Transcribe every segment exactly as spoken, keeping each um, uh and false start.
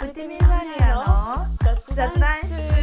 プティミマニアの雑談室。イエ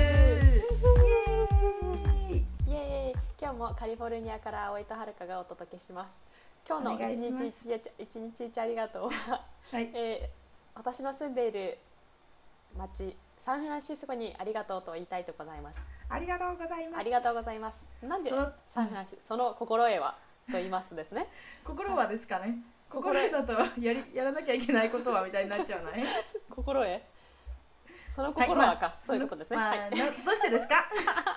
ーイイエーイ。今日もカリフォルニアから葵とはるかがお届けします。今日の一日一日一日一ありがとうは、はいえー、私の住んでいる町サンフランシスコにありがとうと言いたいとございます。 ありがとうございます。 ありがとうございます。なんでサンフランシスコ、その心得はと言いますとですね心はですかね。心得だとやりやらなきゃいけないことはみたいになっちゃうのね心得その心はか、はいまあ、そういうことですね、 まあはい、 どうしてですか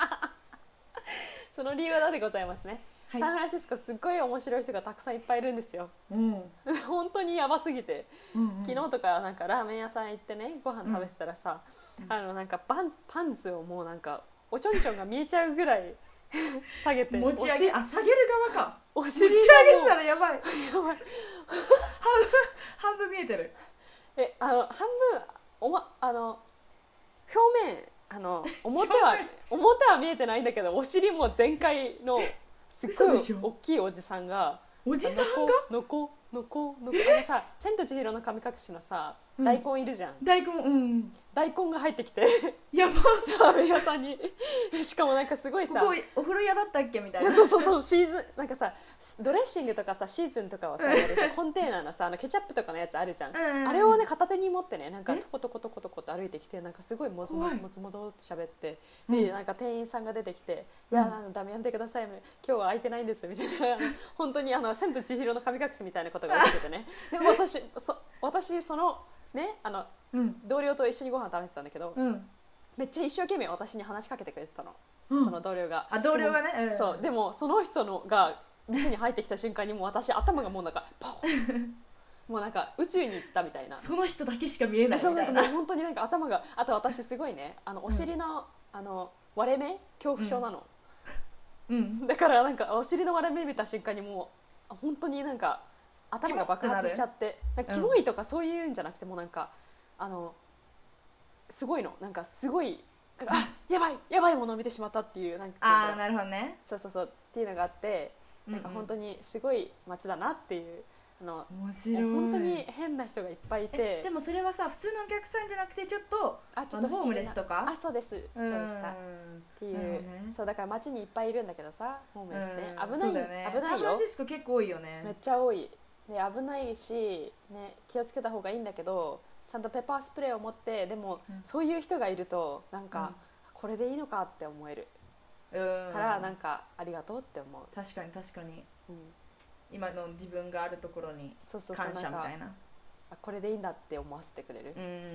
その理由はでございますね、はい、サンフランシスコすっごい面白い人がたくさんいっぱいいるんですよ、うん、本当にやばすぎて、うんうん、昨日とかなんかラーメン屋さん行ってねご飯食べてたらさ、うん、あのなんかパン、パンツをもうなんかおちょんちょんが見えちゃうぐらい下げて持ち上げあ下げる側かお尻が持ち上げてたらやばいやばい半分半分見えてるえあの半分お、ま、あの表面あの表は表は見えてないんだけどお尻も全開のすっごい大きいおじさんがおじさんがのこのこのこあのさ千と千尋の神隠しのさ、うん、大根いるじゃん大根うん大根が入ってきてやばラーメン屋さんにしかもなんかすごいさここお風呂屋だったっけみたいなそうそうそうシーズンなんかさドレッシングとかさシーズンとかはさコンテーナーのさあのケチャップとかのやつあるじゃん、うん、あれをね片手に持ってねなんかトコトコトコトコと歩いてきてなんかすごいもぞもぞもぞもぞって喋ってで、うん、なんか店員さんが出てきて、うん、いやあのダメやめてください今日は空いてないんですみたいな本当にあの千と千尋の神隠しみたいなことが起きててねで私そ私そのねあの、うん、同僚と一緒にご飯食べてたんだけど、うん、めっちゃ一生懸命私に話しかけてくれてたの、うん、その同僚があ同僚がねでも、うん、そうでもその人のが店に入ってきた瞬間にもう私頭がもうなんかパッもうなんか宇宙に行ったみたいなその人だけしか見えないみたいなそうなんかもう本当になんか頭があと私すごいねあのお尻の、うん、あの割れ目恐怖症なの、うん、だからなんかお尻の割れ目見た瞬間にもう本当になんか頭が爆発しちゃってなんかキモいとかそういうんじゃなくてもなんかあのすごいのなんかすごいなんかあやばいやばいものを見てしまったっていうなんかあーなるほどねそうそうそうっていうのがあってなんか本当にすごい街だなっていうあの面白い本当に変な人がいっぱいいてでもそれはさ普通のお客さんじゃなくてちょっとあちょっとホームレスとかあそうですそうでしたっていう、ね、そうだから街にいっぱいいるんだけどさホームレスね危ない、ね、危ないよサンフランシスコ結構多いよねめっちゃ多いで危ないし、ね、気をつけた方がいいんだけどちゃんとペッパースプレーを持ってでも、うん、そういう人がいるとなんか、うん、これでいいのかって思える、うん、からなんかありがとうって思う確かに確かに、うん、今の自分があるところに感謝みたいなこれでいいんだって思わせてくれる、うん、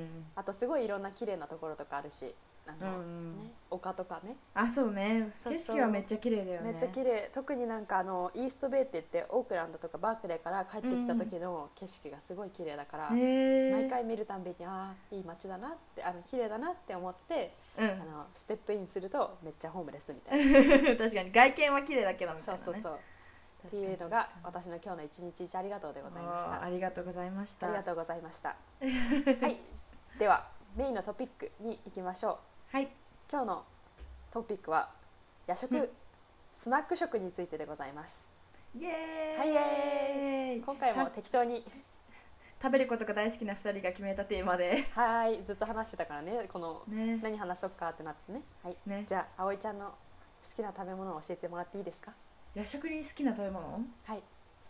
あとすごいいろんな綺麗なところとかあるしあの、うんね、丘とかねあそうねそうそう景色はめっちゃ綺麗だよねめっちゃ綺麗特になんかあのイーストベイって言ってオークランドとかバークレーから帰ってきた時の景色がすごい綺麗だから、うん、毎回見るたんびにああいい街だなってあの綺麗だなって思って、うん、あのステップインするとめっちゃホームレスみたいな確かに外見は綺麗だけどみたいな、ね、 そうそうそうっていうのが私の今日の一日一ありがとうでございましたありがとうございましたありがとうございましたはいではメインのトピックに行きましょうはい今日のトピックは夜食、うん、スナック食についてでございますイエーイ、 はい、イエーイ今回も適当に食べることが大好きなふたりが決めたテーマではいずっと話してたからねこの、ね、何話そうかってなってね、はいね、じゃあ葵ちゃんの好きな食べ物を教えてもらっていいですか夜食に好きな食べ物はい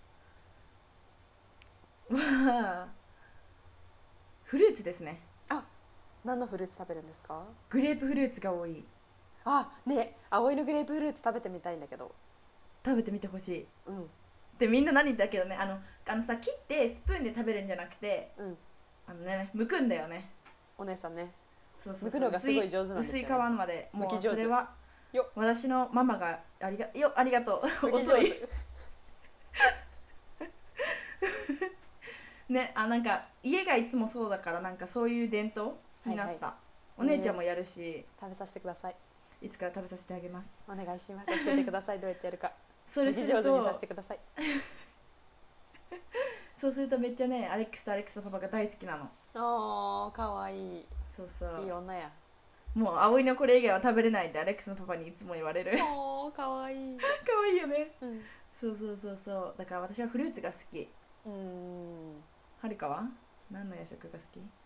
フルーツですねあ何のフルーツ食べるんですかグレープフルーツが多いあね葵のグレープフルーツ食べてみたいんだけど食べてみてほしいうんでみんな何だけどねあのあのさ切ってスプーンで食べるんじゃなくて、うん、あのね剥くんだよねお姉さんねそうそうそう剥くのがすごい上手なんですよね薄い皮までもうそれはよ私のママがありがよありがとう遅いねあなんか家がいつもそうだからなんかそういう伝統になった、はいはい、お姉ちゃんもやるし、えー、食べさせてくださいいつか食べさせてあげますお願いします教えてくださいどうやってやるかそれすると上手にさせてくださいそうするとめっちゃねアレックスとアレックスのパパが大好きなのあーかわいいそうそういい女やもう葵のこれ以外は食べれないってアレックスのパパにいつも言われるおーかわいいかわいいよね、うん、そうそうそうそうだから私はフルーツが好きうーんはるかは何の夜食が好き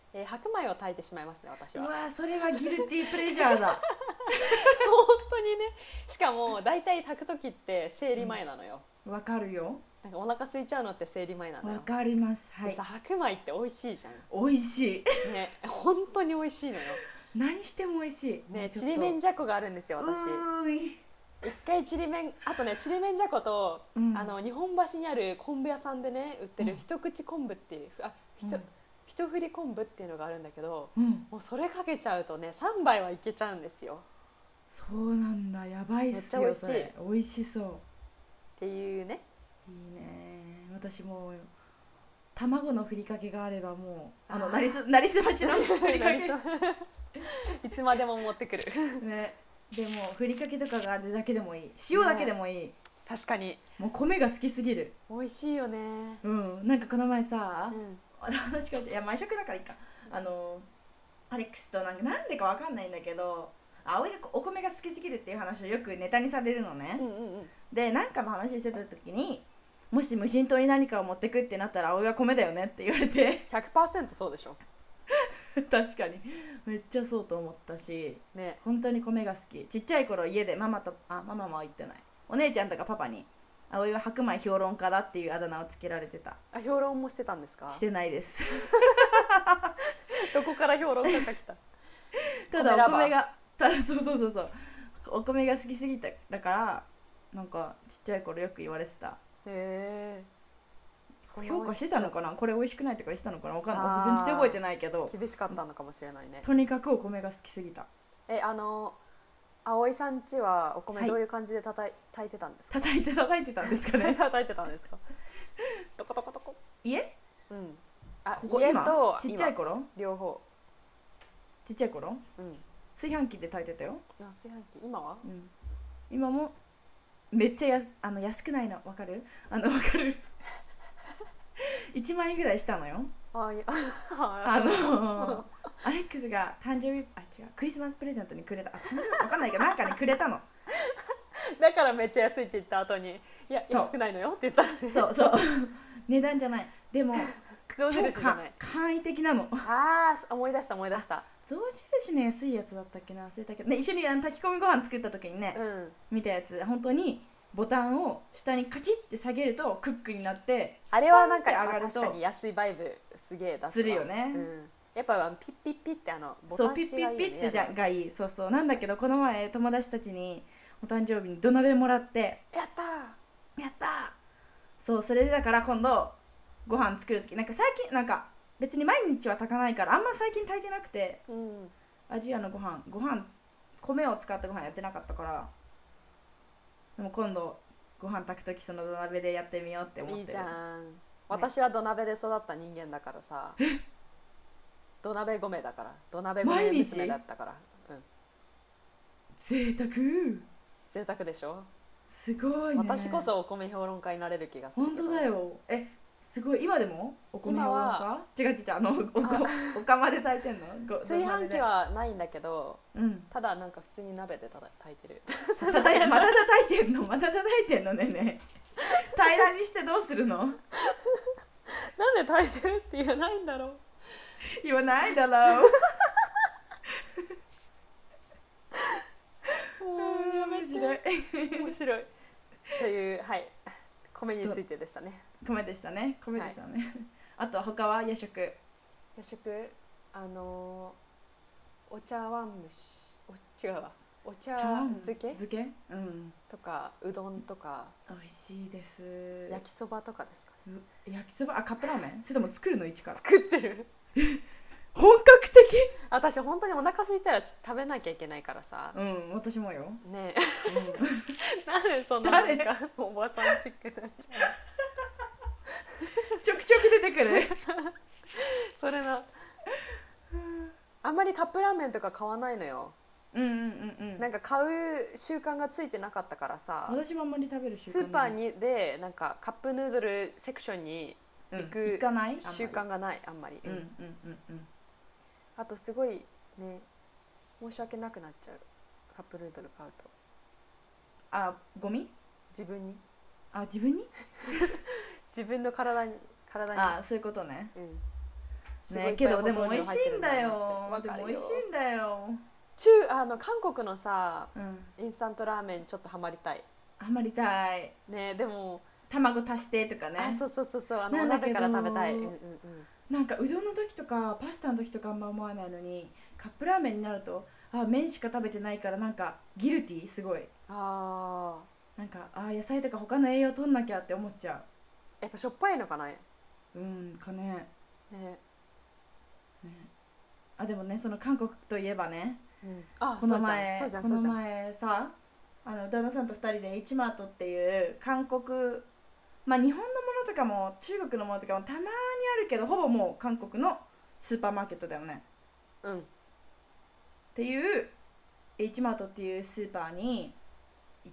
えー、白米を炊いてしまいますね私は。 うわそれはギルティープレジャーだ本当にね。しかも大体炊く時って生理前なのよ。 わ、うん、かるよ。 なんかお腹空いちゃうのって生理前なのよ。 わかります。はい。 でさ白米って美味しいじゃん。 美味しいね本当に美味しいのよ。 何しても美味しいね。ちりめんじゃこがあるんですよ私。一回ちりめんあとねちりめんじゃこと、うん、あの日本橋にある昆布屋さんでね売ってる一口昆布っていうあひと、うん、一振り昆布っていうのがあるんだけど、うん、もうそれかけちゃうとねさんばいはいけちゃうんですよ。 そうなんだ。やばいっすよ。めっちゃ美味しい。美味しそうっていうね。 いいね。私も卵のふりかけがあればもうあのなりすなりすましのふりかけいつまでも持ってくるね。でもふりかけとかがあるだけでもいい、塩だけでもいい、ね、 確かにもう米が好きすぎる。 美味しいよね。 うんなんかこの前さ、 うん、 話変えていや毎食だからいいか、あのアレックスとなんかなんでかわかんないんだけど葵がお米が好きすぎるっていう話をよくネタにされるのね、 うんうんうん、でなんかの話してた時にもし無人島に何かを持ってくってなったら葵は米だよねって言われてひゃくパーセント そうでしょ確かにめっちゃそうと思ったし、 ね、 本当に米が好き。ちっちゃい頃家でママとあママも言ってないお姉ちゃんとかパパに葵は白米評論家だっていうあだ名をつけられてた。 あ評論もしてたんですか？ してないですどこから評論家が来たただお米がただそうそうそうそうお米が好きすぎただからなんかちっちゃい頃よく言われてた。 へえ。 評価してたのかな、これ美味しくないとかしたのかな、わかんない全然覚えてないけど厳しかったのかもしれないね。 とにかくお米が好きすぎた。 えあの葵さんちはお米どういう感じでたたい、はい、炊いてたんですか？ 叩いて叩いてたんですかね叩いてたんですかトコトコトコ家？ うんあここ家とちっちゃい頃両方ちっちゃい頃、 うん、 炊飯器で炊いてたよ。 あ炊飯器今は、 うん、今もめっちゃやあの安くないの分かる？あの分かるいちまん円ぐらいしたのよ。 あいやあのアレックスが誕生日あ違うクリスマスプレゼントにくれたあ分かんないけどなんかにくれたのだからめっちゃ安いって言った後にいや安くないのよって言ったのね。 そうそう値段じゃないでも象印じゃない簡易的なの。 ああ思い出した思い出した。 象印の安いやつだったっけな忘れたけど、ね、一緒にあの炊き込みご飯作った時にね、うん、見たやつ本当にボタンを下にカチッて下げるとクックになってあれはなんか上がると確かに安いバイブすげえ出すするよね、 うん、やっぱピッピッピッってあのボタン式がいいよね。 そうピッピッピッってじゃがいいそうそうなんだけどこの前友達たちにお誕生日に土鍋もらってやったーやったーそうそれでだから今度ご飯作る時なんか最近なんか別に毎日は炊かないからあんま最近炊いてなくて、うん、アジアのご飯ご飯米を使ったご飯やってなかったからでも今度ご飯炊く時その土鍋でやってみようって思ってる。 いいじゃん、ね、私は土鍋で育った人間だからさ土鍋米だから土鍋米娘だったから、うん、 贅沢贅沢でしょ。 すごいね。 私こそお米評論家になれる気がするけど。 本当だよ。えすごい今でもお米評論家？違う違うあの お, お釜で炊いてんの？ 炊飯器はないんだけど、 うん、 ただなんか普通に鍋でただ炊いてるまた叩いてんのまた叩いてんのねね平らにしてどうするの？なんで炊いてるって言わないんだろう言わないだろう面白い面白いというはい米についてでしたね。 米でしたね米でしたね、はい、あと他は夜食夜食あのー、お茶碗蒸しお違うわお茶漬け漬け、うん、 とかうどんとか美味しいです。 焼きそばとかですかね。 焼きそばあカップラーメンそれとも作るの一から作ってる本格的。 私本当にお腹空いたら食べなきゃいけないからさ。 うん私もよねえ、うん、なんでそんななんかおばさんチックになっちゃうちょくちょく出てくるそれなあんまりカップラーメンとか買わないのよ。 うんうんうんうん、 なんか買う習慣がついてなかったからさ。 私もあんまり食べる習慣スーパーにでなんかカップヌードルセクションに行く習慣がないあんまり、 うんうんうんうん、 あとすごいね申し訳なくなっちゃうカップヌードル買うと。 あゴミ自分にあ自分に自分の体に体にあそういうことね、 うん、 すごいいっぱいね、けどで保存料も美味しいんだ入ってるんだなってよ。でわかるよも美味しいんだよ。 中あの韓国のさ、 うん、 インスタントラーメンちょっとハマりたいハマりたい。 ね。でも卵足してとかね。 あそうそうそうそう、あのおなんだけど鍋から食べたい、うんうんうん、 なんかうどんの時とかパスタの時とかあんま思わないのに、カップラーメンになるとあ麺しか食べてないからなんかギルティーすごい。 あなんかあ野菜とか他の栄養取んなきゃって思っちゃーやっぱしょっぱいのかなね。 う。うんかね。ねあでもね、その韓国といえばね、 うん、あこの前そうじゃんこのそうじゃんそうじゃん前さ、あの旦那さんとふたりでイチマートっていう韓国、まあ日本のものとかも中国のものとかもたまにあるけど、ほぼもう韓国のスーパーマーケットだよねうんっていうイチマートっていうスーパーに行って、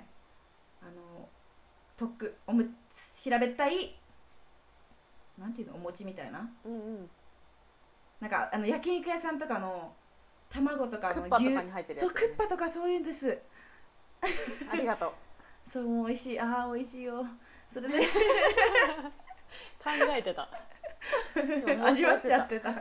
あの特おむ平べったいなんていうのお餅みたいな、 うんうんなんかあの焼肉屋さんとかの卵とかのクッパとかに入ってるやつ、ね、 そうクッパとかそういうんです。 ありがとうそうもう美味しい、ああ美味しいよ。それで考えてた味わっちゃってた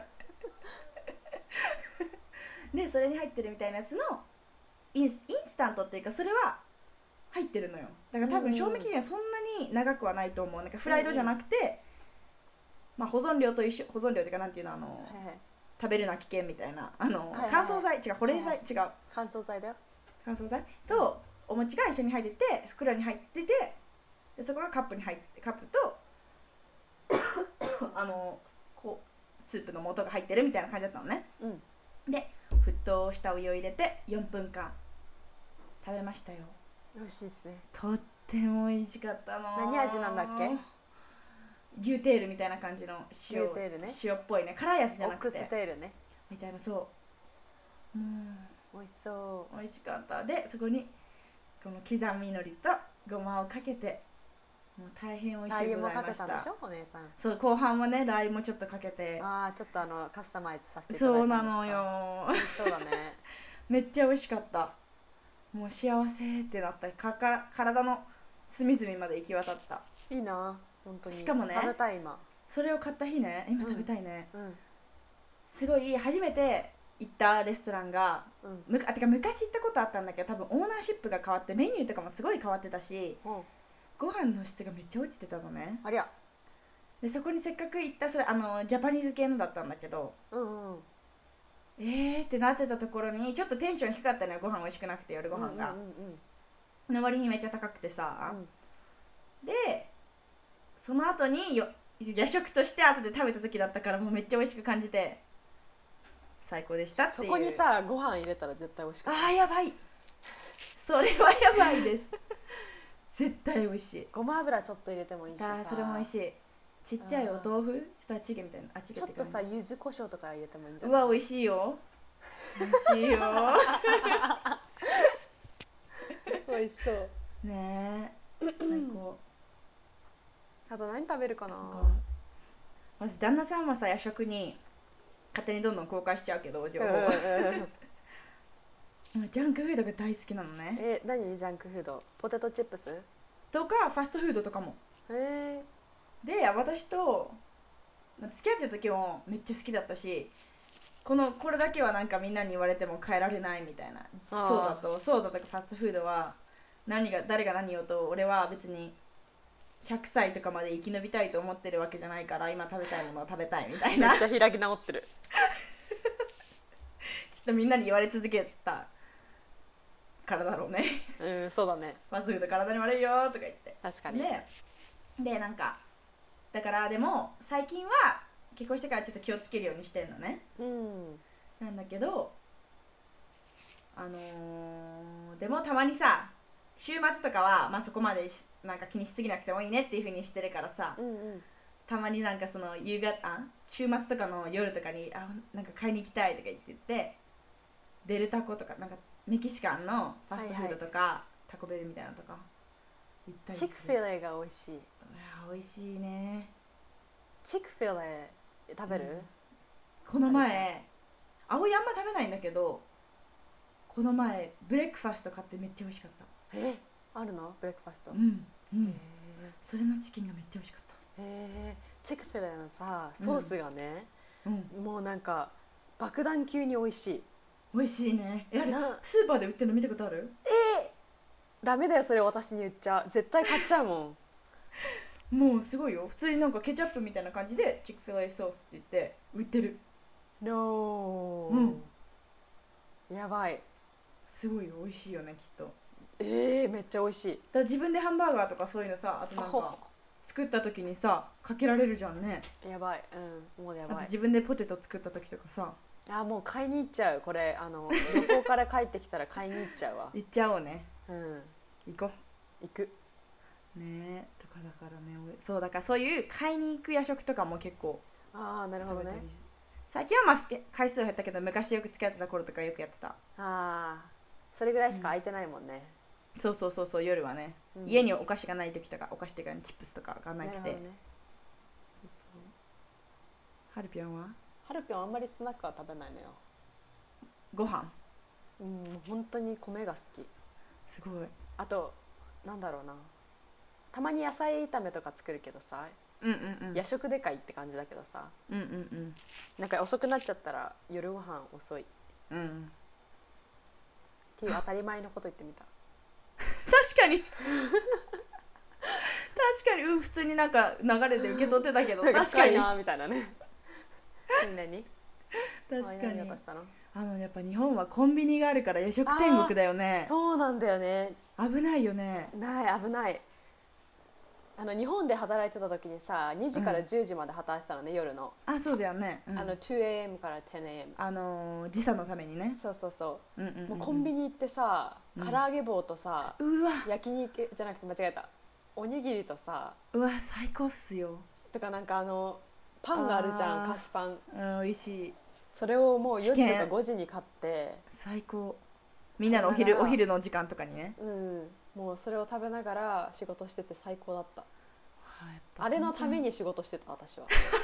でそれに入ってるみたいなやつのインス、インスタントっていうかそれは入ってるのよ。だから多分賞味期限はそんなに長くはないと思う。なんかフライドじゃなくて、まあ、保存料と一緒、保存料っていうかなんていうのあの、 はいはい、 食べるな危険みたいなあの、 はいはいはい、 乾燥剤違う保冷剤、はいはい、違う乾燥剤だよ。 乾燥剤とお餅が一緒に入ってて袋に入ってて、でそこがカップに入ってカップとあのこうスープの素が入ってるみたいな感じだったのね、 うん、 で沸騰したお湯を入れてよんぷんかん食べましたよ。 美味しいですね。 とっても美味しかったの。 何味なんだっけ？ 牛テールみたいな感じの塩、 牛テールね、 塩っぽいね、辛いやつじゃなくてオックステールねみたいな。そううん美味しそう。 美味しかった。でそこにこの刻みのりとごまをかけて、もう大変美味しいございました。ラー油もかけたんでしょお姉さん。そう後半はねラー油もちょっとかけて、 ああちょっとあのカスタマイズさせていただいたんですか。そうなのよ美味しそうだねめっちゃ美味しかった。もう幸せってなった。かか体の隅々まで行き渡った。 いいな本当に。 しかもね食べたい今。 それを買った日ね、今食べたいね、 うんうん、 すごい初めて行ったレストランが、うん、むあてか昔行ったことあったんだけど多分オーナーシップが変わってメニューとかもすごい変わってたし、うん、ご飯の質がめっちゃ落ちてたのね。 ありゃ。 でそこにせっかく行ったそれあのジャパニーズ系のだったんだけど、うんうん、えーってなってたところにちょっとテンション低かったのよ。ご飯美味しくなくて夜ご飯が、うんうんうん、の割にめっちゃ高くてさ、うん、でその後によ夜食として後で食べた時だったからもうめっちゃ美味しく感じて最高でしたっていう。 そこにさご飯入れたら絶対美味しかった。 あーやばい、それはやばいです絶対美味しい。 ごま油ちょっと入れてもいいしさ。 あそれも美味しい。ちっちゃいお豆腐ちょっとチゲみたいな、あチゲちょっとさ柚子胡椒とか入れてもいいんじゃない。うわ美味しいよ美味しいよ美味しそうねえ最高。 あと何食べるかな。 私旦那さんはさ夜食に勝手にどんどん公開しちゃうけど情報ジャンクフードが大好きなのね。 え何ジャンクフード？ポテトチップスとかファストフードとかも。へえ。で私と付き合ってる時もめっちゃ好きだったし、このこれだけはなんかみんなに言われても変えられないみたいな。そうだとソーダとかファストフードは何が誰が何言おうと俺は別にひゃくさいとかまで生き延びたいと思ってるわけじゃないから今食べたいものを食べたいみたいな。 めっちゃ開き直ってるきっとみんなに言われ続けたからだろうねうんそうだね。 ファストフード体に悪いよとか言って。 確かに。 ででなんかだからでも最近は結婚してからちょっと気をつけるようにしてんのね、うん、なんだけどあのー、でもたまにさ週末とかは、まあ、そこまでなんか気にしすぎなくてもいいねっていう風にしてるからさ、うんうん、たまになんかその夕方あ週末とかの夜とかにあなんか買いに行きたいとか言って言ってデルタコとかなんかメキシカンのファストフードとか、はいはい、タコベルみたいなのとか行ったりする。 チクフィレが美味しい。いや美味しいね。 チクフィレ食べる、うん、 この前葵あんま食べないんだけどこの前ブレックファスト買ってめっちゃ美味しかった。 えあるのブレックファスト。 うんうん。それのチキンがめっちゃ美味しかった。 へえチクフィレのさソースがね、 うん、 もうなんか爆弾級に美味しい。 美味しいね。えあれなスーパーで売ってるの見たことある？ ダメだよそれ私に言っちゃ絶対買っちゃうもん。 もうすごいよ。普通になんかケチャップみたいな感じでチックフィレイソースって言って売ってる。 No、 うん、 やばい。 すごいよ。美味しいよねきっと。 えー、めっちゃ美味しい。 だから自分でハンバーガーとかそういうのさ、あとなんか作った時にさかけられるじゃんね。 やばい、うん、もうやばい。 あと自分でポテト作った時とかさ、 あもう買いに行っちゃう。これあの旅行から帰ってきたら買いに行っちゃうわ。 行っちゃおうね。 うん行こ行くうね。とかだからね、俺そうだからそういう買いに行く夜食とかも結構ああなるほどね。 最近はまあ回数減ったけど昔よく付き合ってた頃とかよくやってた。 ああそれぐらいしか空いてないもんね、 うん、そうそうそうそう。夜はね、うん、家にお菓子がない時とか、お菓子っていうかチップスとかがなくて、ね、そうそう。はるぴょんは？ はるぴょんあんまりスナックは食べないのよ。 ご飯？ うん本当に米が好き。 すごい。 あとなんだろうな、たまに野菜炒めとか作るけどさ、 うんうんうん、 夜食でかいって感じだけどさ、 うんうんうん、 なんか遅くなっちゃったら夜ご飯遅い、 うん、 っていう当たり前のこと言ってみた。 確かに確かに、うん、普通になんか流れで受け取ってたけど確かになみたいなね。何確かに。 何渡したの？ あのやっぱ日本はコンビニがあるから夜食天国だよね。 そうなんだよね。 危ないよね。 ない危ない。あの日本で働いてた時にさにじからじゅうじまで働いてたのね、うん、夜の。 あそうだよね、うん、 あの ツーエーエム から テンエーエム、 あのー、時差のためにね。 そうそうそう、 うんうんうん、 もうコンビニ行ってさ、うん、唐揚げ棒とさ、 うわ焼肉じゃなくて間違えたおにぎりとさ、 うわ最高っすよ。 とかなんかあのパンがあるじゃん、菓子パン、 うん、美味しい。 それをもうよじとかごじに買って最高。みんなのお昼お昼の時間とかにね、 うん、もうそれを食べながら仕事してて最高だった。 あ, あれのために仕事してた私は。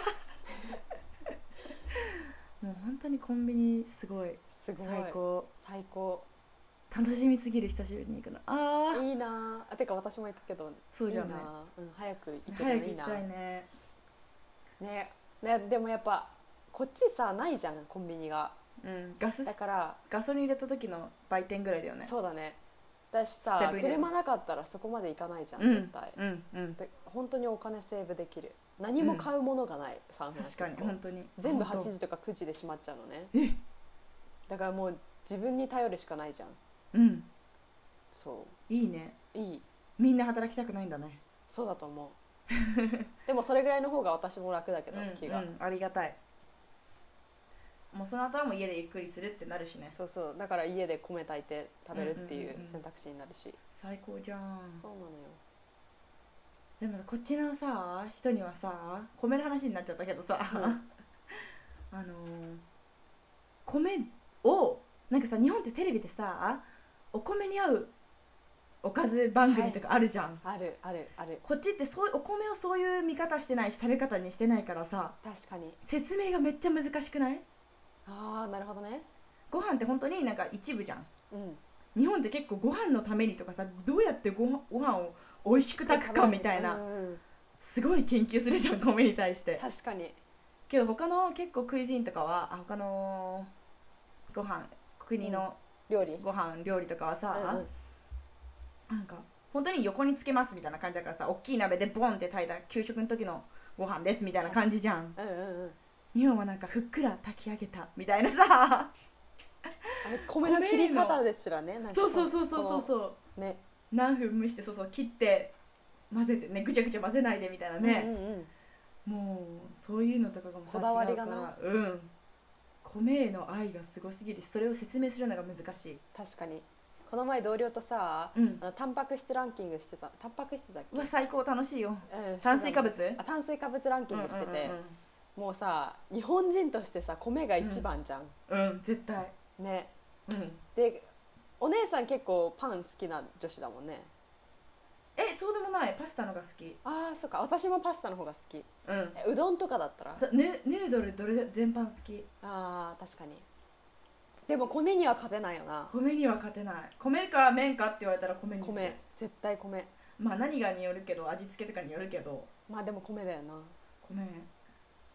もう本当にコンビニすごいすごい最高最高。 楽しみすぎる。久しぶりに行くの。あいいなあ。てか私も行くけどそうじゃない、 いいな、うん、早く行けたらいいな。 早く行きたいね。 ねね。でもやっぱこっちさないじゃんコンビニが、 うん、ガスだからガソリン入れた時の売店ぐらいだよね。 そうだね。だしさ車なかったらそこまで行かないじゃん、 うん、 絶対、 うんうん、 で本当にお金セーブできる。何も買うものがない、うん、サンフランシスコ。 確かに本当に全部はちじとかくじで閉まっちゃうのね。 えだからもう自分に頼るしかないじゃん。 うん、 そういいね。 いい。 みんな働きたくないんだね。 そうだと思う。でもそれぐらいの方が私も楽だけど、 うん、 気が、 うん、ありがたい。もうその後はもう家でゆっくりするってなるしね。 そうそう。だから家で米炊いて食べるっていう選択肢になるし、うんうんうんうん、最高じゃん。 そうなのよ。 でもこっちのさ人にはさ米の話になっちゃったけどさ、うん、あのー、米をなんかさ日本ってテレビでさお米に合うおかず番組とかあるじゃん、 はい、あるあるある。 こっちってそうお米をそういう見方してないし食べ方にしてないからさ、 確かに説明がめっちゃ難しくない？ ああなるほどね。 ご飯って本当になんか一部じゃん、 うん、 日本って結構ご飯のためにとかさどうやってごご飯を美味しく炊くかみたいな、うん、すごい研究するじゃん米に対して。 確かに。 けど他の結構クイジンとかはあ他のご飯国の料理ご飯料理とかはさ、 うんうん、 なんか本当に横につけますみたいな感じだからさ大きい鍋でボンって炊いた給食の時のご飯ですみたいな感じじゃん、 うんうんうん、 日本はなんかふっくら炊き上げたみたいなさあれ米の切り方ですらね。なんかそうそうそうそうそうそうね、 何分蒸してそうそう切って混ぜてねぐちゃぐちゃ混ぜないでみたいなね、 うんうんうん、もうそういうのとかがもこだわりがな、 うん、米への愛がすごすぎるしそれを説明するのが難しい。 確かに。この前同僚とさ、うん、あのタンパク質ランキングしてた。タンパク質だっけ？ うわ最高楽しいよ、 うん、 炭水化物あ炭水化物ランキングしてて、うんうんうんうん、もうさ日本人としてさ米が一番じゃん、 うん、うん、絶対ね、 うん、 でお姉さん結構パン好きな女子だもんね。 えそうでもないパスタのが好き。 ああそっか私もパスタの方が好き、 うん、 うどんとかだったらヌードルどれ全般好き。 あー確かに。でも米には勝てないよな。 米には勝てない。米か麺かって言われたら米にする。 米絶対米。 まあ何がによるけど味付けとかによるけどまあでも米だよな。 米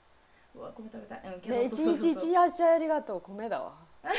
うわ米食べたい、うん、けね、一どそうそう日そう一日ありがとう米だわ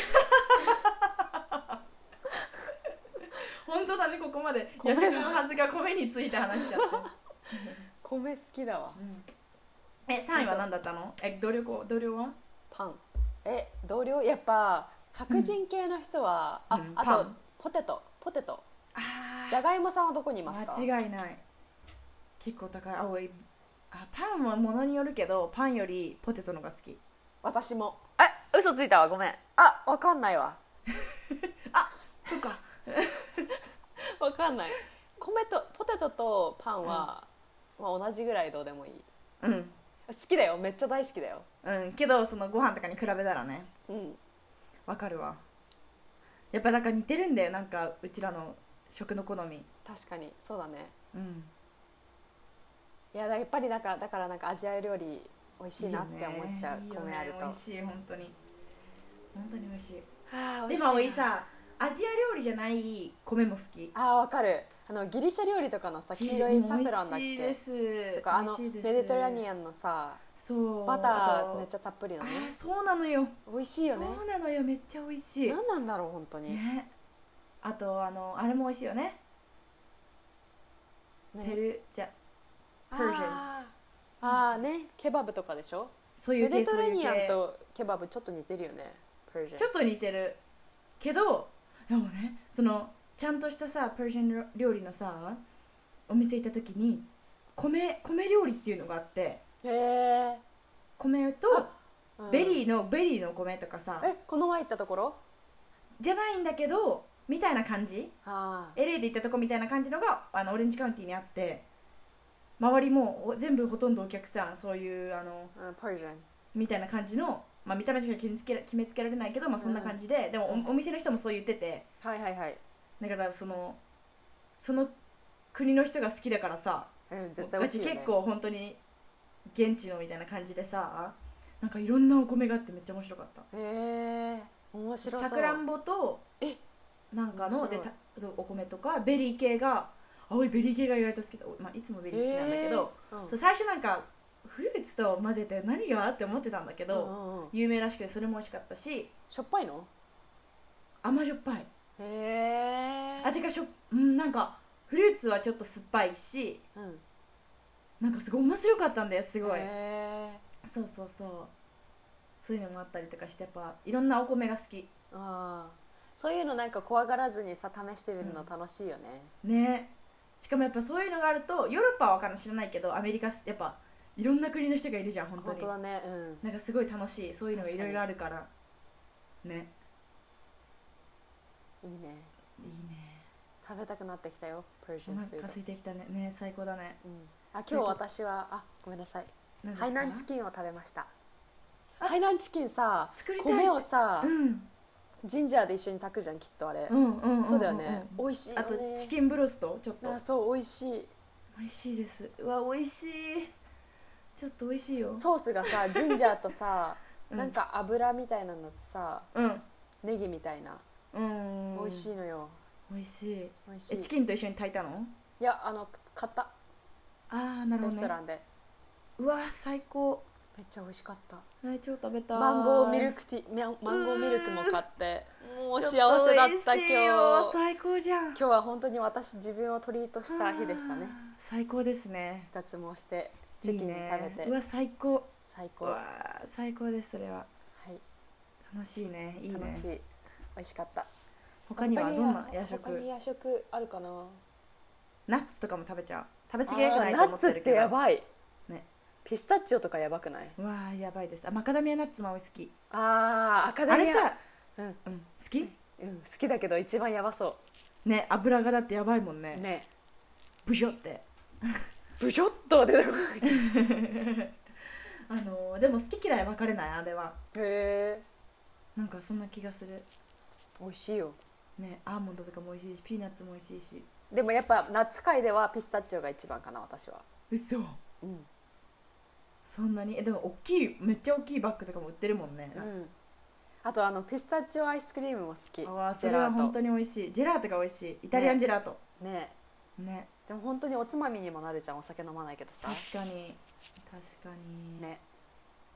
本当だね、ここまで米夜食のはずが米について話しちゃって米好きだわ、 うん、えさんいは何だったの？え同僚同僚はパン。え同僚やっぱ白人系の人は、うん、あ、 うん、 あとポテトポテトあじゃがいもさんはどこにいますか？ 間違いない、結構高い。あおいあパンはものによるけどパンよりポテトのが好き。 私も。え嘘ついたわごめん。あわかんないわあそっかわかんない。米とポテトとパンは、うんまあ、同じぐらいどうでもいい。 うん好きだよめっちゃ大好きだよ。 うんけどそのご飯とかに比べたらねうんわかるわ。やっぱなんか似てるんだよなんかうちらの食の好み。 確かにそうだね。 うんいややっぱりなんかだからなんかアジア料理美味しいなって思っちゃう。 いいよね米あると美味しい本当に本当に美味しい。 はあでもおいさアジア料理じゃない米も好き。 あーわかる。あのギリシャ料理とかのさ黄色いサフランだっけ美味しいですとかあのメディテラニアンのさそうバターめっちゃたっぷりのね。 あそうなのよ美味しいよね。 そうなのよめっちゃ美味しい。 何なんだろう本当に、 ね、あとあのあれも美味しいよね。ペルじゃあペルシャンーあーねケバブとかでしょ。 そういう系メディテラニアンそういう系とケバブちょっと似てるよね。ペルシャンちょっと似てるけどでもねそのちゃんとしたさペルシャン料理のさお店行った時に米米料理っていうのがあって、 へえ米とベリーのベリーの米とかさ、 えこの前行ったところじゃないんだけどみたいな感じ、 あエルエー で行ったとこみたいな感じのがあのオレンジカウンティーにあって、周りも全部ほとんどお客さんそういうあのパルジャンみたいな感じの、まあ、見た目しか決めつけ決めつけられないけど、まあ、そんな感じで、うん、でも お, お店の人もそう言ってて、 はいはいはい、 だからそのその国の人が好きだからさ、 うん、絶対美味しいよね。 結構本当に現地のみたいな感じでさ、なんかいろんなお米があってめっちゃ面白かった。 へえ面白そう。 さくらんぼとなんかのでたお米とかベリー系が青いベリー系が意外と好きだ、まあ、いつもベリー好きなんだけど、うん、そう最初なんかフルーツと混ぜて何がって思ってたんだけど、うんうん、有名らしくてそれも美味しかったし。 しょっぱいの？ 甘じょっぱい。 へえ。 あてかしょ、うん、なんかフルーツはちょっと酸っぱいし、うん、なんかすごい面白かったんだよすごい。へそうそうそうそういうのもあったりとかしてやっぱいろんなお米が好き。 あそういうのなんか怖がらずにさ試してみるの楽しいよね、 うん、ね。しかもやっぱそういうのがあるとヨーロッパは分かんない知らないけどアメリカやっぱいろんな国の人がいるじゃん本当に。 本当だね、うん、 なんかすごい楽しいそういうのがいろいろあるからね。 いいねいいね。 食べたくなってきたよペルシャンフード。 お腹空いてきたね。ね最高だね、 うん、あ今日私はあごめんなさいハイナンチキンを食べました。ハイナンチキンさ米をさ、うん、ジンジャーで一緒に炊くじゃんきっとあれ、うんうんうんうん、そうだよね。美味しいよね。 あとチキンブロストちょっとあそう美味しい美味しいです。うわ美味しいちょっと美味しいよ。 ソースがさジンジャーとさ、うん、なんか油みたいなのとさ、うん、ネギみたいな、うん、美味しいのよ。 美味しい。美味しい。えチキンと一緒に炊いたの？ いやあの買った。 あーなるほどね。 レストランで。 うわ最高。 めっちゃ美味しかった。 え超食べたい。 マンゴーミルクティーマンゴーミルクも買ってもう幸せだった今日。 最高じゃん。 今日は本当に私自分をトリートした日でしたね。 最高ですね。 脱毛してチキン食べて。いいね、 うわ最高。 最高。 うわ最高ですそれは。はい。楽しいねいいね。 楽しい。美味しかった。 他にはどんな夜食？ 他に夜食あるかな。 ナッツとかも食べちゃう。食べ過ぎ良くないと思ってるけど。ナッツってやばい。ね。ピスタチオとかやばくない？ わあやばいです。あマカダミアナッツも好き。 あーアカデミア。あれさ、 うんうん好き？うん好きだけど一番やばそう。 ね油がだってやばいもんね。 ね。 ブショって。 ブショッと出てこない。 あのー、でも好き嫌い分かれないあれは。 へえ。 なんかそんな気がする。 美味しいよ。 ねアーモンドとかも美味しいしピーナッツも美味しいし。 でもやっぱナッツ界ではピスタチオが一番かな私は。 嘘。うん。そんなにえでも大きいめっちゃ大きいバッグとかも売ってるもんね。うん。あとあのピスタチオアイスクリームも好き。 ああそれは本当に美味しい。ジェラートが美味しい。イタリアンジェラート。 ね。 ね。ねでも本当におつまみにもなるじゃんお酒飲まないけどさ。 確かに確かにね。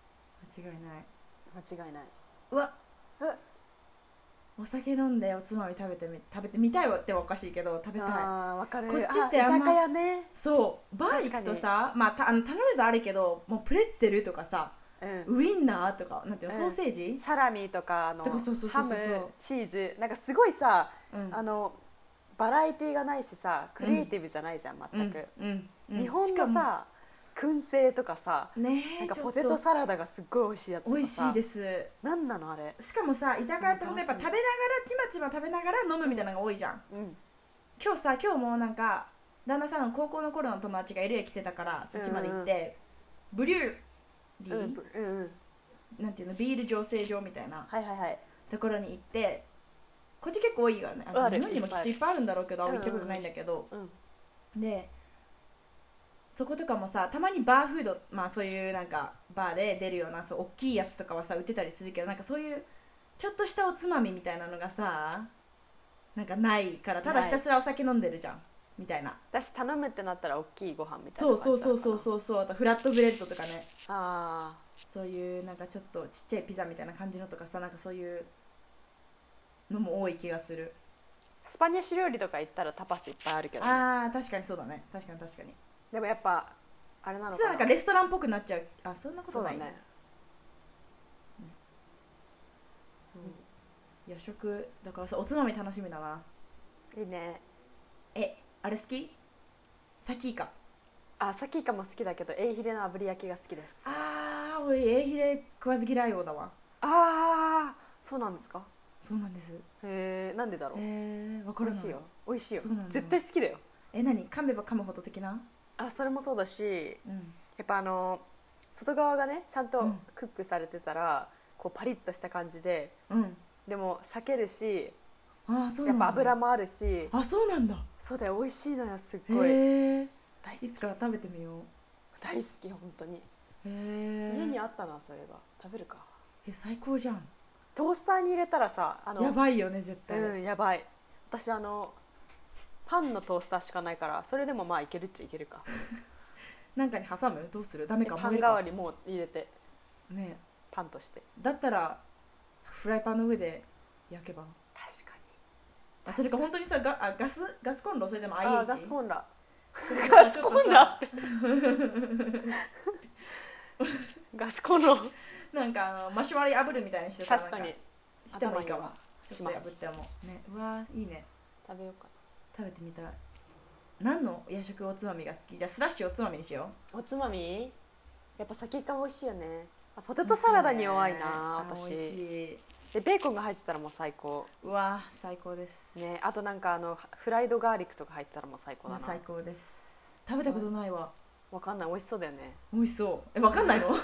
間違いない。 間違いない。 うわお酒飲んでおつまみ食べてみ食べてみたいわっておかしいけど食べたい。 あーわかる。 こっちってあんま居酒屋ね。 そうバー行くとさ、まあ、たあの頼めばあるけどもうプレッツェルとかさ、うん、ウインナーとかなんていうの、うん、ソーセージサラミとかあのハムチーズなんかすごいさ、うん、あのバラエティーがないしさクリエイティブじゃないじゃん、うん、全く、うんうんうん、日本のさ燻製とかさ、ね、なんかポテトサラダがすっごい美味しいやつとかさ。美味しいです。なんなのあれ。 しかもさ居酒屋ってほんとやっぱ食べながらちまちま食べながら飲むみたいなのが多いじゃん、うん、今日さ今日もなんか旦那さんの高校の頃の友達が エルエー 来てたからそっちまで行って、うん、ブリューリー、うんうんうん、なんていうのビール醸成所みたいなところに行って、こっち結構多いよね。あ日本にもきっといっぱいあるんだろうけど、行ったことないんだけど、うんうん、でそことかもさたまにバーフード、まあそういうなんかバーで出るようなそう大きいやつとかはさ売ってたりするけど、なんかそういうちょっとしたおつまみみたいなのがさなんかないからただひたすらお酒飲んでるじゃんみたいな。 私頼むってなったら大きいご飯みたいな感じだから。そうそうそうそうそう。あとフラットブレッドとかね。ああ。そういうなんかちょっとちっちゃいピザみたいな感じのとかさなんかそういうのも多い気がする。 スパニッシュ料理とか行ったらタパスいっぱいあるけどね。 ああ確かにそうだね。確かに確かに。 でもやっぱあれなのかな。 そうなんかレストランっぽくなっちゃう。あそんなことない。そうだね。うん、そう夜食だからさおつまみ楽しみだな。 いいね。 えあれ好き？サキイカ。 あサキイカも好きだけどエイヒレの炙り焼きが好きです。 ああおいエイヒレ食わず嫌いようだわ。 ああそうなんですか。 そうなんです。 へえなんでだろう。へえわかる。美味しいよ美味しいよ。絶対好きだよ。 え何噛めば噛むほど的な？ あそれもそうだし、うん、やっぱあの外側がねちゃんとクックされてたら、うん、こうパリッとした感じで、うん、でも裂けるし、あそうなんだ。やっぱ油もあるし。 あそうなんだ。 そうだよ美味しいのよすっごい。 へ大好き。いつか食べてみよう。 大好き本当に。へ家にあったなそういえば食べるか。 え最高じゃん。 トースターに入れたらさあのやばいよね絶対。 うんやばい。私あのパンのトースターしかないからそれでもまあいけるっちゃいけるか。 なんかに挟む？どうする？ダメか。 パン代わりもう入れてねパンとして。 だったらフライパンの上で焼けば。 確かに。 あそれか本当にさガあガスガスコンロそれでも アイエイチ？ あガスコンロガスコンロガスコンロなんかあのマシュマロ炙るみたいにしてさ確かにしてもいいかも。ちょっと炙ってもね。うわいいね。 食べようかな。食べてみたい。何の夜食おつまみが好き？じゃあスラッシュおつまみにしよう。おつまみやっぱ先が美味しいよね。ポテトサラダに弱いな私。美味しい。でベーコンが入ってたらもう最高。 うわ最高ですね。あとなんかあのフライドガーリックとか入ってたらもう最高だな。 最高です。食べたことないわ。 わかんない美味しそうだよね。 美味しそう。えわかんないの？いや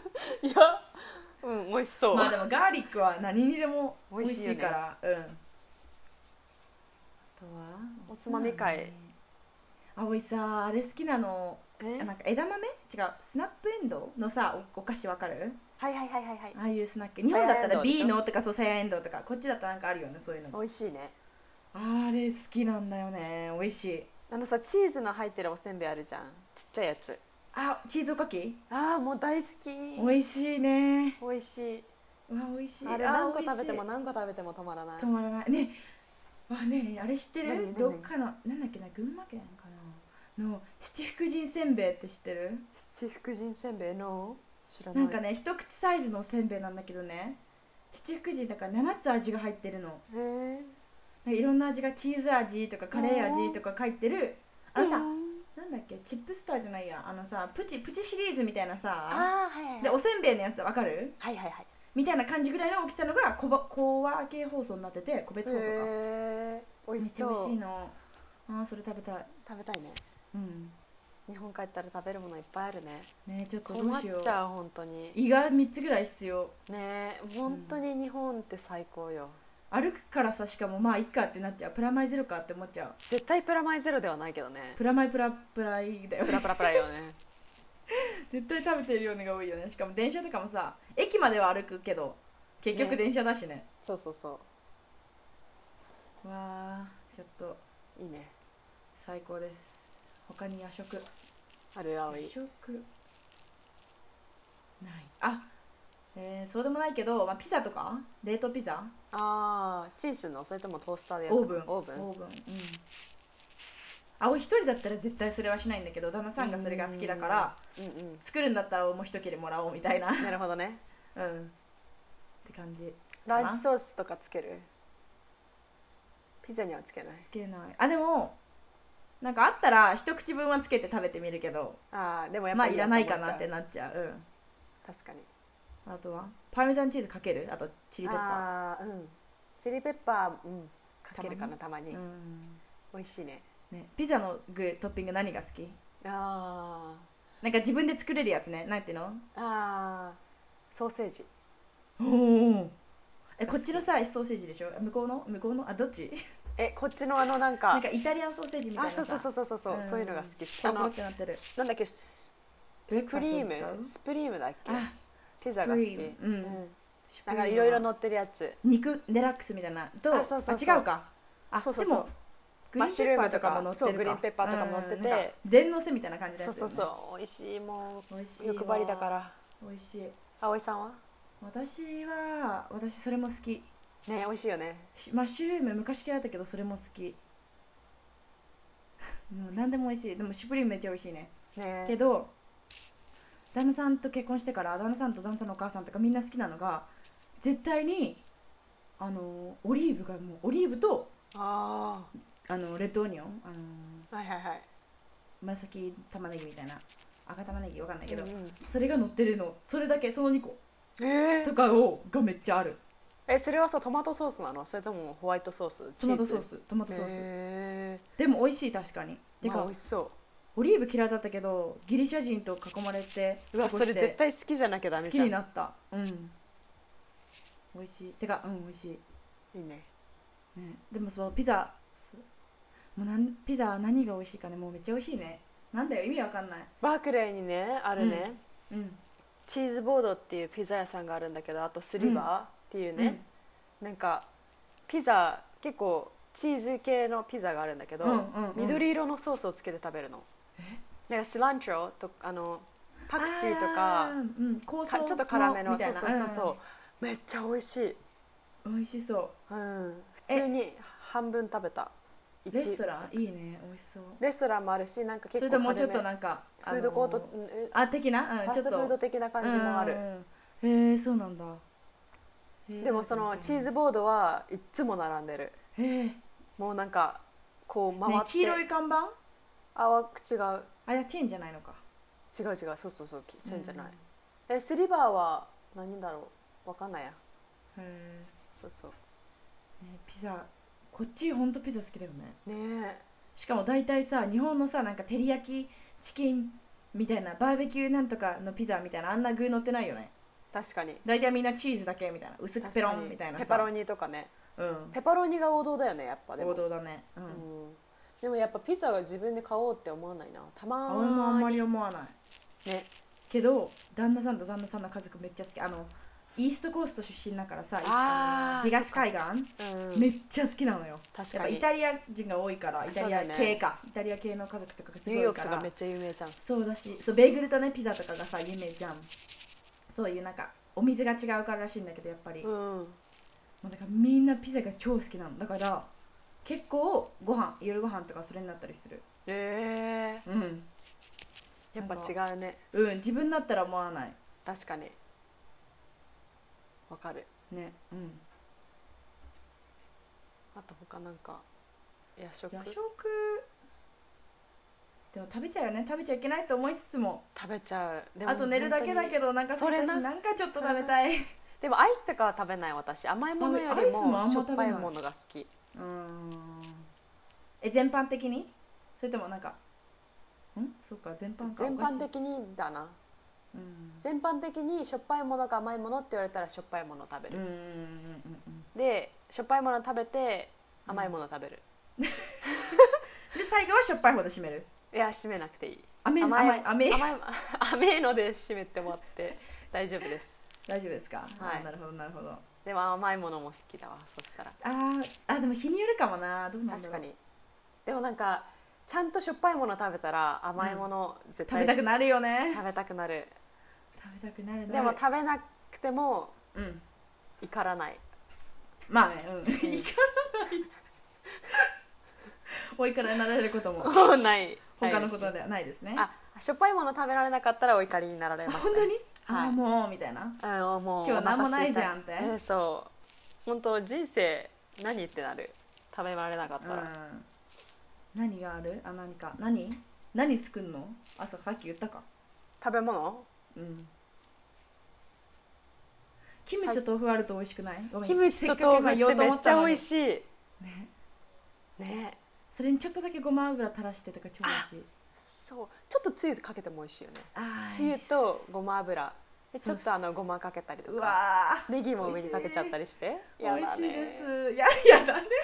うん美味しそう。 まあでもガーリックは何にでも美味しいから。うん。あとはおつまみ会。 あおいさあれ好きなの。なんか枝豆？違うスナップエンドウのさ お, お菓子わかる？ はいはいはいはいはい。 ああいうスナック。日本だったら ビー のとかそうさやエンドウとかこっちだったらなんかあるよねそういうの。 美味しいね。 あれ好きなんだよね。美味しい。 あのさチーズの入ってるおせんべいあるじゃんちっちゃいやつ。 あチーズおかき？ あもう大好き。 美味しいね。 美味しい。 うわ美味しい。 あれ何個食べても何個食べても止まらない。 止まらないね。わねあれ知ってる？どっかのなんだっけな群馬県かなの七福神せんべいって知ってる？ 七福神せんべいの知らない。 なんかね一口サイズのせんべいなんだけどね七福神だからななつ味が入ってるの。へえ。いろんな味がチーズ味とかカレー味とか入ってる。あのさなんだっけチップスターじゃないやあのさプチプチシリーズみたいなさあ、はいはいはい、でおせんべいのやつわかる？はいはいはいみたいな感じぐらいの大きさのが小小分け包装になってて個別包装か。へー美味しそう。めっちゃ美味しいの。あそれ食べたい。 食べたいね。うん日本帰ったら食べるものいっぱいあるね。 ねちょっとどうしよう。 困っちゃう本当に。 胃がみっつぐらい必要。 ね本当に日本って最高よ。 歩くからさしかもまあいっかってなっちゃう。プラマイゼロかって思っちゃう。 絶対プラマイゼロではないけどね。 プラマイプラプライだよね。 プラプラプライよね。 絶対食べてるようなが多いよね。しかも電車とかもさ駅までは歩くけど結局電車だしね。ねそうそうそう。 わあちょっといいね。 最高です。他に夜食ある？青い夜食ない。あえー、そうでもないけど、まあ、ピザとか冷凍ピザ、 ああチンするのそれともトースターでやるの？ オーブンオーブンオーブン、うん、青一人だったら絶対それはしないんだけど、旦那さんがそれが好きだから、 うんうん、 作るんだったらもう一切れもらおうみたいな。 なるほどね。 うんって感じ。 ランチソースとかつける？ピザにはつけない。 つけない。あでもなんかあったら一口分はつけて食べてみるけど、 あでもやっぱりまあいらないかなってなっちゃう。うん、 確かに。 あとはパルメザンチーズかける？あとチリペッパー。 あー、うん、チリペッパー、うん、かけるかなたまに。 うん、 美味しいね。 ね、ピザの具トッピング何が好き？ あなんか自分で作れるやつね。なんていうの？ あソーセージ。 おお。えこっちのさソーセージでしょ？向こうの向こうのあどっち？ えこっちのあのなんかなんかイタリアンソーセージみたいなさ。 あそうそうそうそうそう、うん、そういうのが好き。 あのってなってる。 なんだっけスプリームスプリームだっけ？ピザが好き。うん、うん、なんかいろいろ乗ってるやつ。 肉デラックスみたいなと、あそうそうそう、あ違うか。あそうそうそう、でもグリーンペッパーとかも乗ってるか。 グリーンペッパーとかも乗ってて、 全乗せみたいな感じだよね。 そうそうそう美味しい。もう美味しい。 欲張りだから。 美味しい。 葵さんは？ 私は私それも好き。 ね美味しいよね。 マッシュルーム昔嫌いだったけどそれも好き。もう何でも美味しい。でもシュプリームめっちゃ美味しいね。ねけど旦那さんと結婚してから旦那さんと旦那さんのお母さんとかみんな好きなのが絶対にあのオリーブがもうオリーブとああのレッドオニオン、あのはいはいはい、紫玉ねぎみたいな赤玉ねぎわかんないけど、うんうん、それが乗ってるのそれだけそのにこ、えー、とかをがめっちゃある。 えそれはさトマトソースなの？それともホワイトソース？ トマトソーストマトソース、えー、でも美味しい。確かに。てか、まあ、美味しそう。オリーブ嫌いだったけどギリシャ人と囲まれてうわそれ絶対好きじゃなきゃダメじゃん。 好きになった。うん美味しい。てかうん美味しい。 いいね。 ねでもそうピザもうなんピザ何が美味しいかね。もうめっちゃ美味しいね。なんだよ意味わかんない。 バークレーにねあるね、 うんうん、 チーズボードっていうピザ屋さんがあるんだけど、あとスリバーっていうね、うん、なんかピザ結構チーズ系のピザがあるんだけど、うんうんうん、緑色のソースをつけて食べるの。なんかシラントロとあのパクチーとか、うん、かちょっと辛めのそうそうそうそう、うん、めっちゃ美味しい。 美味しそう、うん、 普通に半分食べた。 レストランいいね美味しそう。 レストランもあるしなんか結構それともうちょっとなんかフードコート、 あのー、あ的な、うん、 ファストフード的な感じもある。 うん、へえそうなんだ。 でもそのチーズボードはいっつも並んでる。へもうなんかこう回って、ね、 黄色い看板あは違う。 あれはチェーンじゃないのか。 違う違うそうそうそうチェーンじゃない、うん、えスリバーは何だろうわかんないや。へえそうそう、 ね、ピザこっちほんとピザ好きだよね。 ねしかも大体さ日本のさなんか照り焼きチキンみたいなバーベキューなんとかのピザみたいなあんな具乗ってないよね。 確かに大体みんなチーズだけみたいな薄くペロンみたいなさペパロニとかね、うん、ペパロニが王道だよねやっぱ。でも王道だね、うんうん、 でもやっぱピザが自分で買おうって思わないな。たまーに俺もあんまり思わないね。けど旦那さんと旦那さんの家族めっちゃ好き。あのイーストコースト出身だからさあ東海岸、うん、めっちゃ好きなのよ。確かにやっぱイタリア人が多いからイタリア系か、ね、イタリア系の家族とかがすごいから。ニューヨークとかめっちゃ有名じゃん。そうだしそうベーグルとねピザとかがさ有名じゃん。そういうなんかお水が違うかららしいんだけどやっぱり、うん、もうだからみんなピザが超好きなの。だから結構ご飯夜ご飯とかそれになったりする。 えー、うんやっぱ違うね。 うん自分だったら思わない。 確かにわかるね。うんあと他なんか夜食夜食でも食べちゃうよね。食べちゃいけないと思いつつも食べちゃう。 でもあと寝るだけだけどなんかそれななんかちょっと食べたい。 でもアイスとかは食べない。私甘いものよりもしょっぱいものが好き。うーんえ全般的にそれともなんかんそうか全般か全般的にだな、うん、全般的にしょっぱいものか甘いものって言われたらしょっぱいものを食べる。うんうんうんうん、でしょっぱいもの食べて甘いもの食べる、うん、で最後はしょっぱい方で締める。 いや締めなくていい。 甘い甘い甘い甘いので締めてもらって大丈夫です。 大丈夫ですか、はい、なるほどなるほど。 でも甘いものも好きだわ。そしたらああでも日によるかもな。どうなんだろう。 確かに。でもなんかちゃんとしょっぱいもの食べたら甘いもの、うん、絶対食べたくなるよね。 食べたくなる食べたくなるね。 でも食べなくくても、 うん、 怒らない。 まあね、うん、怒らないお怒りになられることもない他のことではないですね。 あ、しょっぱいもの食べられなかったらお怒りになられますね。 本当に、はい、あもうみたいな、 あもう今日何もないじゃんって、 えー、そう本当人生何ってなる、食べられなかったら、うん、 何がある、あ何か何何作るの、朝さっき言ったか、 食べ物、 うん、キムチと豆腐あると美味しくない？ キムチと豆腐ってめっちゃ美味しいね。 ね、 それにちょっとだけごま油垂らしてとか超美味しい。 そうちょっとつゆかけても美味しいよね。つゆとごま油でちょっとあのごまかけたりとか、ネギも上にかけちゃったりして、 美味しいです。ややだね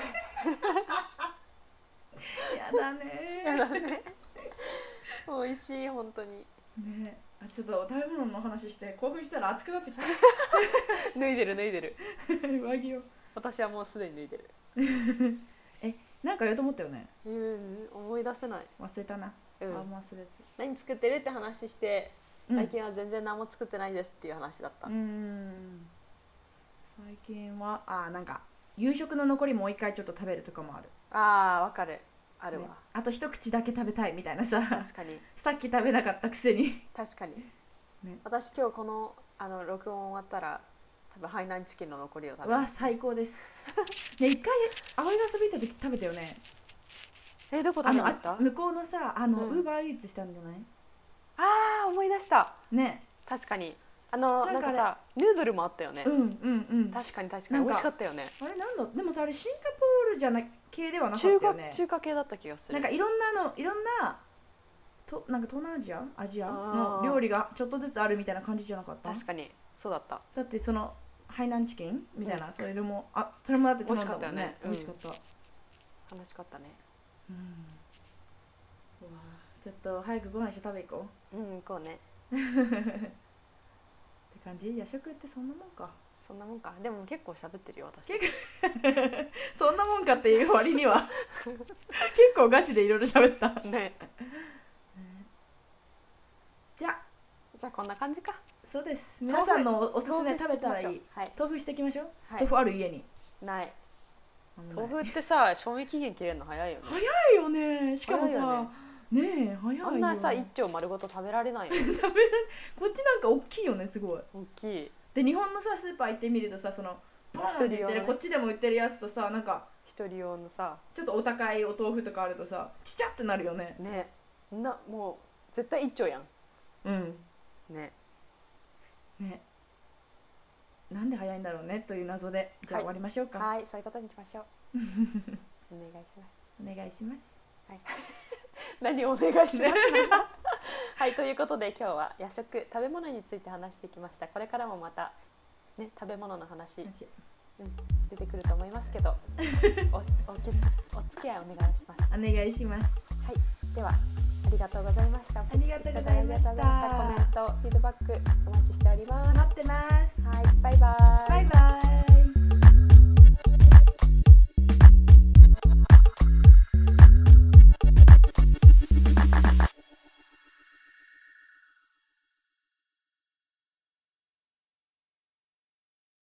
やだねやだね美味しい本当にね。あ、ちょっと食べ物の話して興奮したら熱くなってきた脱いでる脱いでる上着を私はもうすでに脱いでるえ、なんか言おうと思ったよね。 うん、思い出せない、 忘れたな、うん、あ、忘れて。 何作ってるって話して最近は全然何も作ってないですっていう話だった。うん、うん最近はあ、なんか夕食の残りもう一回ちょっと食べるとかもある。 あーわかる、あるわ、ね、 あと一口だけ食べたいみたいなさ。 確かにさっき食べなかったくせに確かに、ね、私今日この、あの録音終わったら多分ハイナンチキンの残りを食べます。 わ、最高ですね。一回葵が遊び行った時食べたよね。 え、どこ食べに行った？ 向こうのさ、あのウーバーイーツしたんじゃない？ あー思い出したね。 確かにあのなんかさヌードルもあったよね。 うんうんうん、 確かに確かに美味しかったよね。 あれなんだ、でもさあれシンガポールじゃな系ではなかったよね。 中華、中華系だった気がする。 なんかいろんなのいろんなとなんか東南アジアアジアの料理がちょっとずつあるみたいな感じじゃなかった？ 確かにそうだった。 だってそのハイナンチキンみたいな、うん、それもあそれもだって美味しかったよね。 美味しかった、うん、 楽しかったね。 うん、うわちょっと早くご飯一緒食べ行こう。うん行こうねって感じ。夜食ってそんなもんか。 そんなもんか。でも結構喋ってるよ私。 そんなもんかっていう割には結構ガチでいろいろ喋ったね。じゃあじゃあこんな感じか。 そうです。皆さんのおすすめ食べたらいい。はい、豆腐していきましょう、はい、豆腐ある家にない。豆腐ってさ賞味期限切れるの早いよね。 早いよね。しかもさねえ早いよ。 あんなさ一丁丸ごと食べられないよ食べられこっちなんか大きいよね。すごい大きい。 で日本のさスーパー行ってみるとさその一人用の、ね、こっちでも売ってるやつとさなんか一人用のさちょっとお高いお豆腐とかあるとさちっちゃってなるよね。 ねなもう絶対一丁やん。 うんねねなんで早いんだろうねという謎でじゃあ終わりましょうか。 はい、はい、そういうことにしましょうお願いします。 お願いします。はい何お願いしますはいということで今日は夜食食べ物について話してきました。これからもまたね食べ物の話、うん、出てくると思いますけどおおきつお付き合いお願いします。 お願いします。 はいではありがとうございました。 ありがとうございました。コメントフィードバックお待ちしております。 待ってます。 はいバイバイ。 バイバイ。